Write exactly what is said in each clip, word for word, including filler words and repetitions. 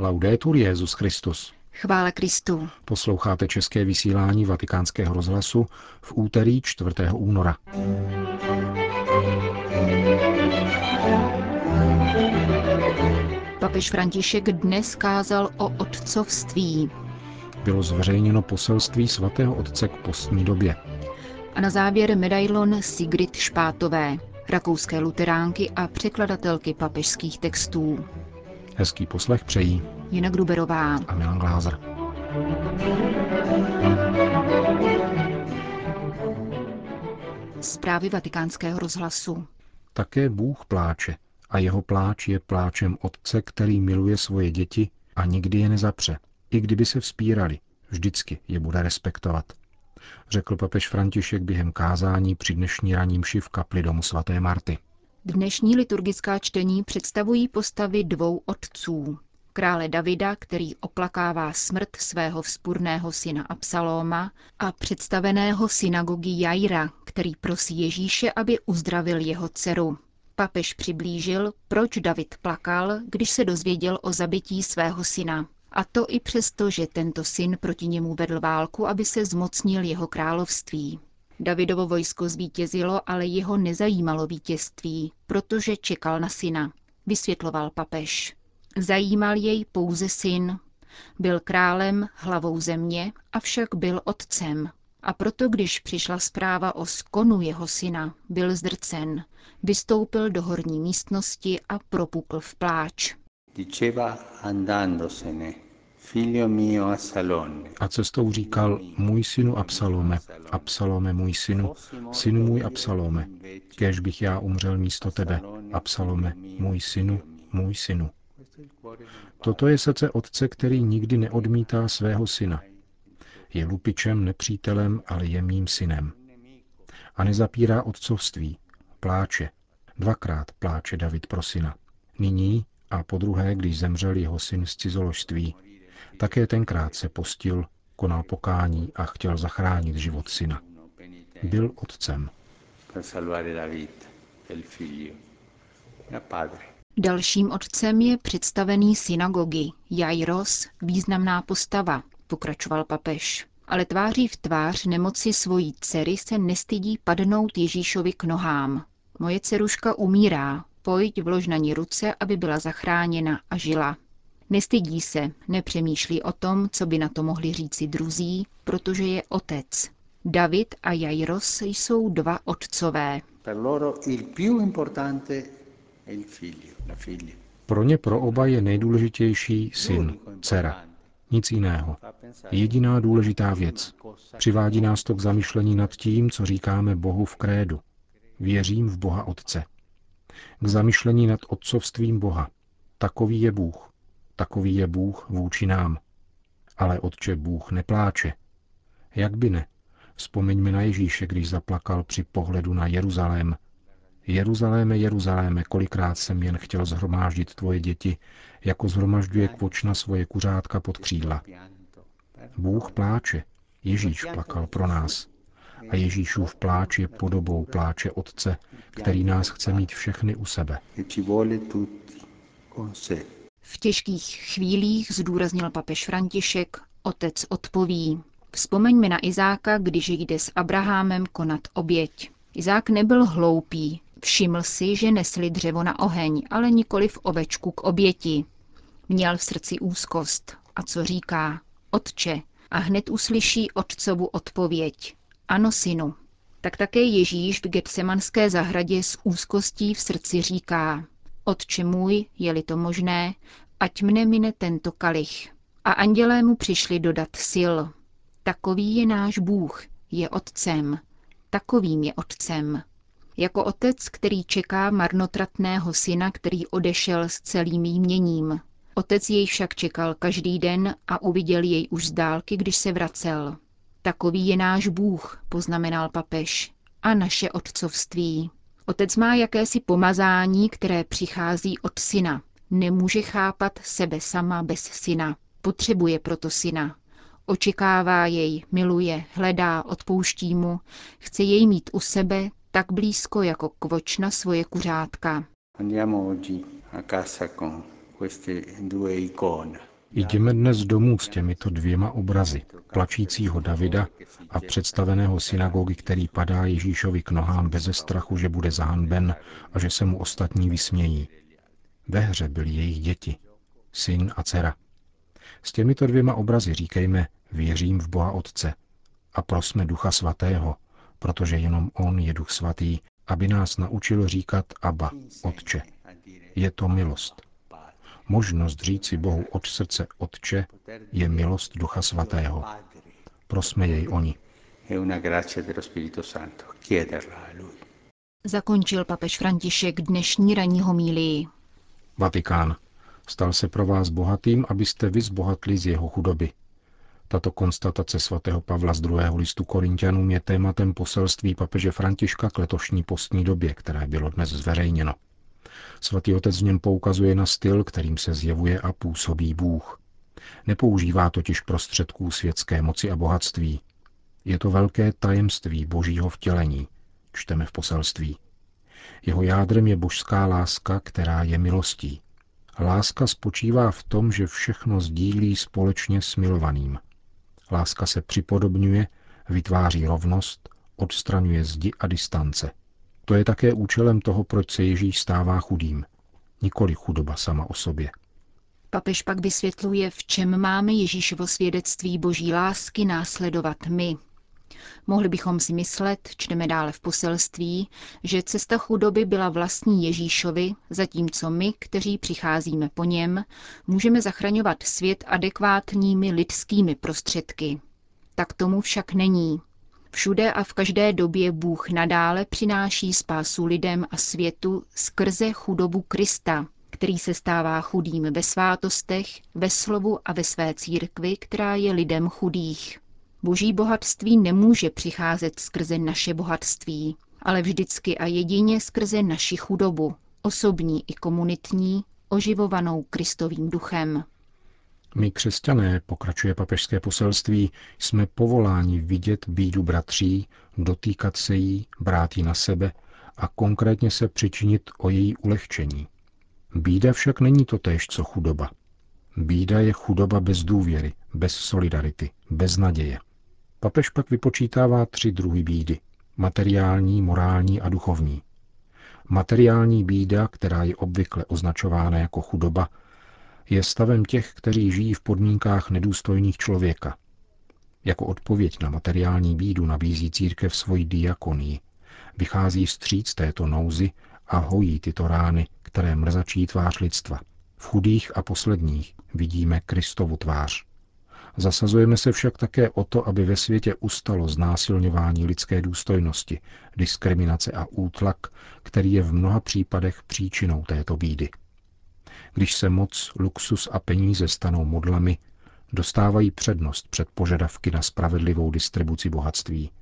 Laudetur Jesus Christus. Chvála Kristu. Posloucháte české vysílání Vatikánského rozhlasu v úterý čtvrtého února. Papež František dnes kázal o otcovství. Bylo zveřejněno poselství svatého otce k postní době. A na závěr medailon Sigrid Špátové, rakouské luteránky a překladatelky papežských textů. Hezký poslech přejí Jana Gruberová a Milan Glázer. Zprávy Vatikánského rozhlasu. Také Bůh pláče a jeho pláč je pláčem otce, který miluje svoje děti a nikdy je nezapře. I kdyby se vzpírali, vždycky je bude respektovat, řekl papež František během kázání při dnešní ranní mši v kapli domu svaté Marty. Dnešní liturgická čtení představují postavy dvou otců. Krále Davida, který oplakává smrt svého vzpurného syna Absalóma, a představeného synagogy Jaira, který prosí Ježíše, aby uzdravil jeho dceru. Papež přiblížil, proč David plakal, když se dozvěděl o zabití svého syna. A to i přesto, že tento syn proti němu vedl válku, aby se zmocnil jeho království. Davidovo vojsko zvítězilo, ale jeho nezajímalo vítězství, protože čekal na syna, vysvětloval papež. Zajímal jej pouze syn. Byl králem, hlavou země, avšak byl otcem. A proto, když přišla zpráva o skonu jeho syna, byl zdrcen. Vystoupil do horní místnosti a propukl v pláč. A cestou říkal, můj synu Absalome, Absalome můj synu, synu můj Absalome, kéž bych já umřel místo tebe, Absalome, můj synu, můj synu. Toto je srdce otce, který nikdy neodmítá svého syna. Je lupičem, nepřítelem, ale je mým synem. A nezapírá otcovství, pláče. Dvakrát pláče David pro syna. Nyní a podruhé, když zemřel jeho syn z cizoložství. Také tenkrát se postil, konal pokání a chtěl zachránit život syna. Byl otcem. Dalším otcem je představený synagogy, Jairos, významná postava, pokračoval papež. Ale tváří v tvář nemoci svojí dcery se nestydí padnout Ježíšovi k nohám. Moje dceruška umírá, pojď vlož na ní ruce, aby byla zachráněna a žila. Nestydí se, nepřemýšlí o tom, co by na to mohli říci druzí, protože je otec. David a Jairos jsou dva otcové. Pro ně pro oba je nejdůležitější syn, dcera. Nic jiného. Jediná důležitá věc. Přivádí nás to k zamyšlení nad tím, co říkáme Bohu v krédu. Věřím v Boha Otce. K zamyšlení nad otcovstvím Boha. Takový je Bůh. Takový je Bůh vůči nám. Ale Otče, Bůh nepláče. Jak by ne? Vzpomeňme na Ježíše, když zaplakal při pohledu na Jeruzalém. Jeruzaléme, Jeruzaléme, kolikrát jsem jen chtěl zhromáždit tvoje děti, jako zhromažďuje kvočna svoje kuřátka pod křídla. Bůh pláče. Ježíš plakal pro nás. A Ježíšův pláč je podobou pláče Otce, který nás chce mít všechny u sebe. V těžkých chvílích, zdůraznil papež František, otec odpoví. Vzpomeňme na Izáka, když jde s Abrahamem konat oběť. Izák nebyl hloupý, všiml si, že nesli dřevo na oheň, ale nikoliv ovečku k oběti. Měl v srdci úzkost. A co říká? Otče. A hned uslyší otcovu odpověď. Ano, synu. Tak také Ježíš v Getsemanské zahradě s úzkostí v srdci říká. Otče můj, je-li to možné, ať mne mine tento kalich. A andělé mu přišli dodat sil. Takový je náš Bůh, je otcem. Takovým je otcem. Jako otec, který čeká marnotratného syna, který odešel s celým jměním. Otec jej však čekal každý den a uviděl jej už z dálky, když se vracel. Takový je náš Bůh, poznamenal papež, a naše otcovství. Otec má jakési pomazání, které přichází od syna. Nemůže chápat sebe sama bez syna. Potřebuje proto syna. Očekává jej, miluje, hledá, odpouští mu, chce jej mít u sebe tak blízko jako kvočna svoje kuřátka. Jdeme dnes domů s těmito dvěma obrazy, plačícího Davida a představeného synagogy, který padá Ježíšovi k nohám beze strachu, že bude zahanben a že se mu ostatní vysmějí. Ve hře byly jejich děti, syn a dcera. S těmito dvěma obrazy říkejme věřím v Boha Otce a prosme Ducha Svatého, protože jenom On je Duch Svatý, aby nás naučil říkat Abba, Otče. Je to milost. Možnost říci Bohu od srdce Otče je milost Ducha Svatého. Prosme jej oni. Zakončil papež František dnešní ranní homílii. Vatikán. Stal se pro vás bohatým, abyste vy zbohatli z jeho chudoby. Tato konstatace svatého Pavla z druhého listu Korinťanům je tématem poselství papeže Františka k letošní postní době, které bylo dnes zveřejněno. Svatý otec v něm poukazuje na styl, kterým se zjevuje a působí Bůh. Nepoužívá totiž prostředků světské moci a bohatství. Je to velké tajemství božího vtělení, čteme v poselství. Jeho jádrem je božská láska, která je milostí. Láska spočívá v tom, že všechno sdílí společně s milovaným. Láska se připodobňuje, vytváří rovnost, odstraňuje zdi a distance. To je také účelem toho, proč se Ježíš stává chudým. Nikoli chudoba sama o sobě. Papež pak vysvětluje, v čem máme Ježíšovo svědectví boží lásky následovat my. Mohli bychom si myslet, čteme dále v poselství, že cesta chudoby byla vlastní Ježíšovi, zatímco my, kteří přicházíme po něm, můžeme zachraňovat svět adekvátními lidskými prostředky. Tak tomu však není. Všude a v každé době Bůh nadále přináší spásu lidem a světu skrze chudobu Krista, který se stává chudým ve svátostech, ve slovu a ve své církvi, která je lidem chudých. Boží bohatství nemůže přicházet skrze naše bohatství, ale vždycky a jedině skrze naši chudobu, osobní i komunitní, oživovanou Kristovým duchem. My křesťané, pokračuje papežské poselství, jsme povoláni vidět bídu bratří, dotýkat se jí, brát ji na sebe a konkrétně se přičinit o její ulehčení. Bída však není totéž, co chudoba. Bída je chudoba bez důvěry, bez solidarity, bez naděje. Papež pak vypočítává tři druhy bídy. Materiální, morální a duchovní. Materiální bída, která je obvykle označována jako chudoba, je stavem těch, kteří žijí v podmínkách nedůstojných člověka. Jako odpověď na materiální bídu nabízí církev svoji diakonii. Vychází vstříc této nouzi a hojí tyto rány, které mrzačí tvář lidstva. V chudých a posledních vidíme Kristovu tvář. Zasazujeme se však také o to, aby ve světě ustalo znásilňování lidské důstojnosti, diskriminace a útlak, který je v mnoha případech příčinou této bídy. Když se moc, luxus a peníze stanou modlami, dostávají přednost před požadavky na spravedlivou distribuci bohatství.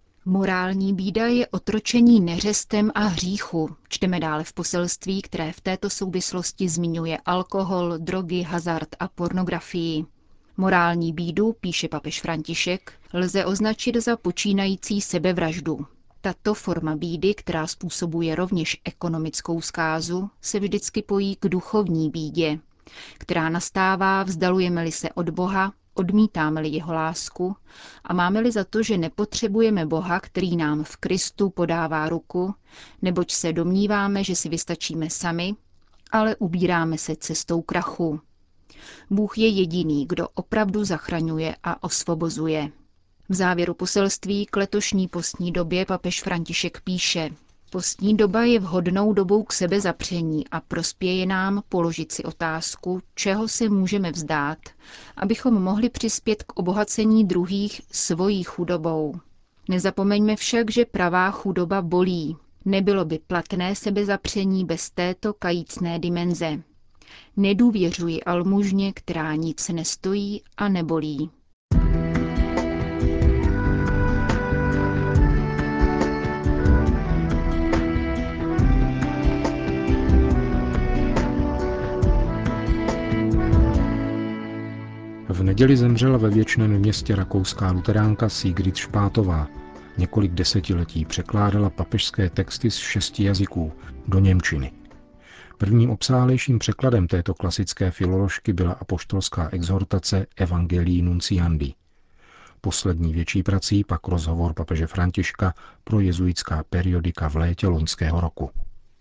Morální bída je otročení neřestem a hříchu. Čteme dále v poselství, které v této souvislosti zmiňuje alkohol, drogy, hazard a pornografii. Morální bídu, píše papež František, lze označit za počínající sebevraždu. Tato forma bídy, která způsobuje rovněž ekonomickou zkázu, se vždycky pojí k duchovní bídě, která nastává, vzdalujeme-li se od Boha, odmítáme-li jeho lásku a máme-li za to, že nepotřebujeme Boha, který nám v Kristu podává ruku, neboť se domníváme, že si vystačíme sami, ale ubíráme se cestou krachu. Bůh je jediný, kdo opravdu zachraňuje a osvobozuje. V závěru poselství k letošní postní době papež František píše: Postní doba je vhodnou dobou k sebezapření a prospěje nám položit si otázku, čeho se můžeme vzdát, abychom mohli přispět k obohacení druhých svojí chudobou. Nezapomeňme však, že pravá chudoba bolí. Nebylo by platné sebezapření bez této kajícné dimenze. Nedůvěřuji almužně, která nic nestojí a nebolí. V neděli zemřela ve věčném městě rakouská luteránka Sigrid Špátová. Několik desetiletí překládala papežské texty z šesti jazyků do němčiny. Prvním obsáhlejším překladem této klasické filoložky byla apoštolská exhortace Evangelii Nunciandi. Poslední větší prací pak rozhovor papeže Františka pro jezuitská periodika v létě loňského roku.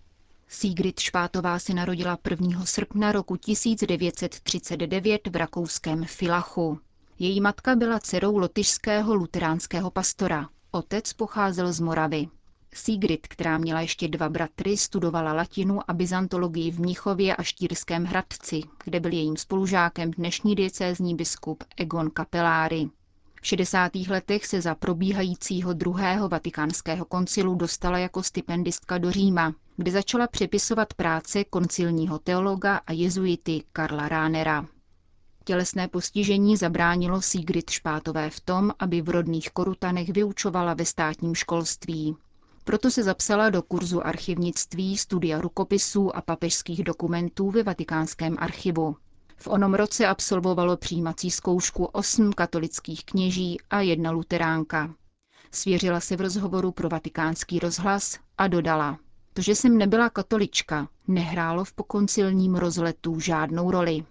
Sigrid Špátová se narodila prvního srpna roku tisíc devět set třicet devět v rakouském Villachu. Její matka byla dcerou lotyšského luteránského pastora. Otec pocházel z Moravy. Sigrid, která měla ještě dva bratry, studovala latinu a byzantologii v Mnichově a Štýrském Hradci, kde byl jejím spolužákem dnešní diecézní biskup Egon Capellari. V šedesátých letech se za probíhajícího druhého vatikánského koncilu dostala jako stipendistka do Říma, kde začala přepisovat práce koncilního teologa a jezuity Karla Rahnera. Tělesné postižení zabránilo Sigrid Špátové v tom, aby v rodných Korutanech vyučovala ve státním školství. Proto se zapsala do kurzu archivnictví, studia rukopisů a papežských dokumentů ve Vatikánském archivu. V onom roce absolvovalo přijímací zkoušku osm katolických kněží a jedna luteránka. Svěřila se v rozhovoru pro Vatikánský rozhlas a dodala: To, že jsem nebyla katolička, nehrálo v pokoncilním rozletu žádnou roli.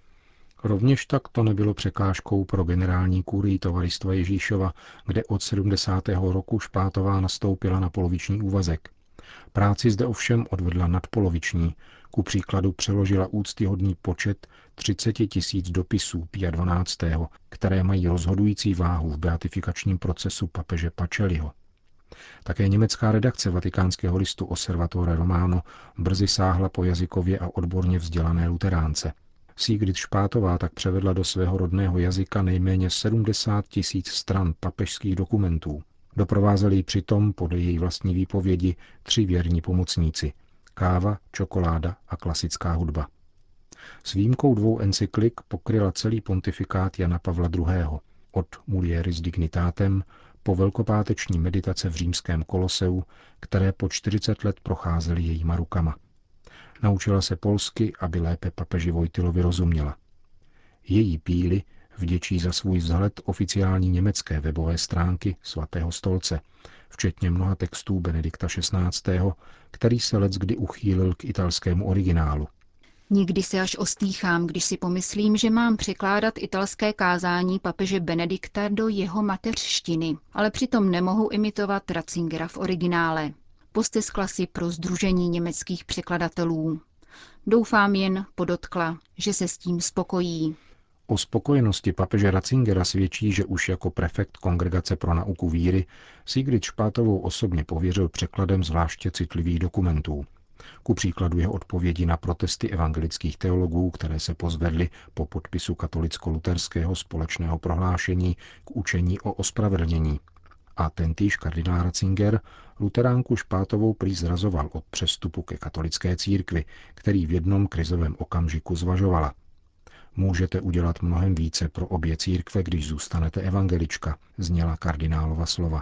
Rovněž tak to nebylo překážkou pro generální kurii Tovaristva Ježíšova, kde od sedmdesátého roku Špátová nastoupila na poloviční úvazek. Práci zde ovšem odvedla nadpoloviční, ku příkladu přeložila úctyhodný počet třicet tisíc dopisů Pia dvanáctého., které mají rozhodující váhu v beatifikačním procesu papeže Pacelliho. Také německá redakce vatikánského listu Osservatore Romano brzy sáhla po jazykově a odborně vzdělané luteránce. Sigrid Špátová tak převedla do svého rodného jazyka nejméně sedmdesát tisíc stran papežských dokumentů. Doprovázeli ji přitom, podle její vlastní výpovědi, tři věrní pomocníci – káva, čokoláda a klasická hudba. S výjimkou dvou encyklik pokryla celý pontifikát Jana Pavla druhého. Od Mulieris Dignitatem po velkopáteční meditace v římském Koloseu, které po čtyřicet let procházely jejíma rukama. Naučila se polsky, aby lépe papeži Vojtilovi rozuměla. Její píly vděčí za svůj vzhled oficiální německé webové stránky Svatého stolce, včetně mnoha textů Benedikta šestnáctého., který se leckdy uchýlil k italskému originálu. Nikdy se až ostýchám, když si pomyslím, že mám překládat italské kázání papeže Benedikta do jeho mateřštiny, ale přitom nemohu imitovat Ratzingera v originále. Posteskla si pro Sdružení německých překladatelů. Doufám jen, podotkla, že se s tím spokojí. O spokojenosti papeže Ratzingera svědčí, že už jako prefekt Kongregace pro nauku víry Sigrid Špátovou osobně pověřil překladem zvláště citlivých dokumentů. Ku příkladu jeho odpovědi na protesty evangelických teologů, které se pozvedly po podpisu katolicko-luterského společného prohlášení k učení o ospravedlnění. A tentýž kardinál Ratzinger luteránku Špátovou prý zrazoval od přestupu ke katolické církvi, který v jednom krizovém okamžiku zvažovala. Můžete udělat mnohem více pro obě církve, když zůstanete evangelička, zněla kardinálova slova.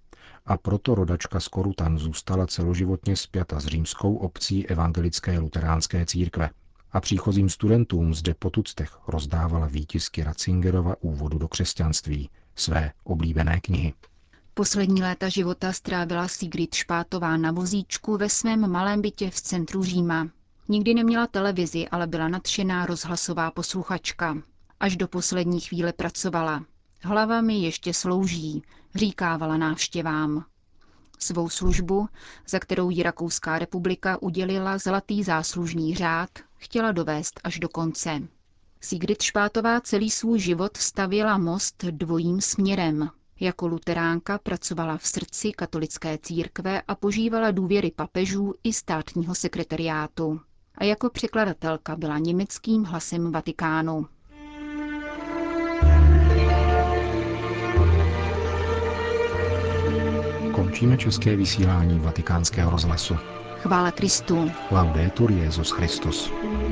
A proto rodačka z Korutan zůstala celoživotně spjata s římskou obcí evangelické luteránské církve. A příchozím studentům zde po tuctech rozdávala výtisky Ratzingerova Úvodu do křesťanství, své oblíbené knihy. Poslední léta života strávila Sigrid Špátová na vozíčku ve svém malém bytě v centru Říma. Nikdy neměla televizi, ale byla nadšená rozhlasová posluchačka. Až do poslední chvíle pracovala. Hlava mi ještě slouží, říkávala návštěvám. Svou službu, za kterou ji Rakouská republika udělila Zlatý záslužný řád, chtěla dovést až do konce. Sigrid Špátová celý svůj život stavěla most dvojím směrem. Jako luteránka pracovala v srdci katolické církve a požívala důvěry papežů i státního sekretariátu. A jako překladatelka byla německým hlasem Vatikánu. Končíme české vysílání Vatikánského rozhlasu. Chvála Kristu. Laudetur Jesus Christus.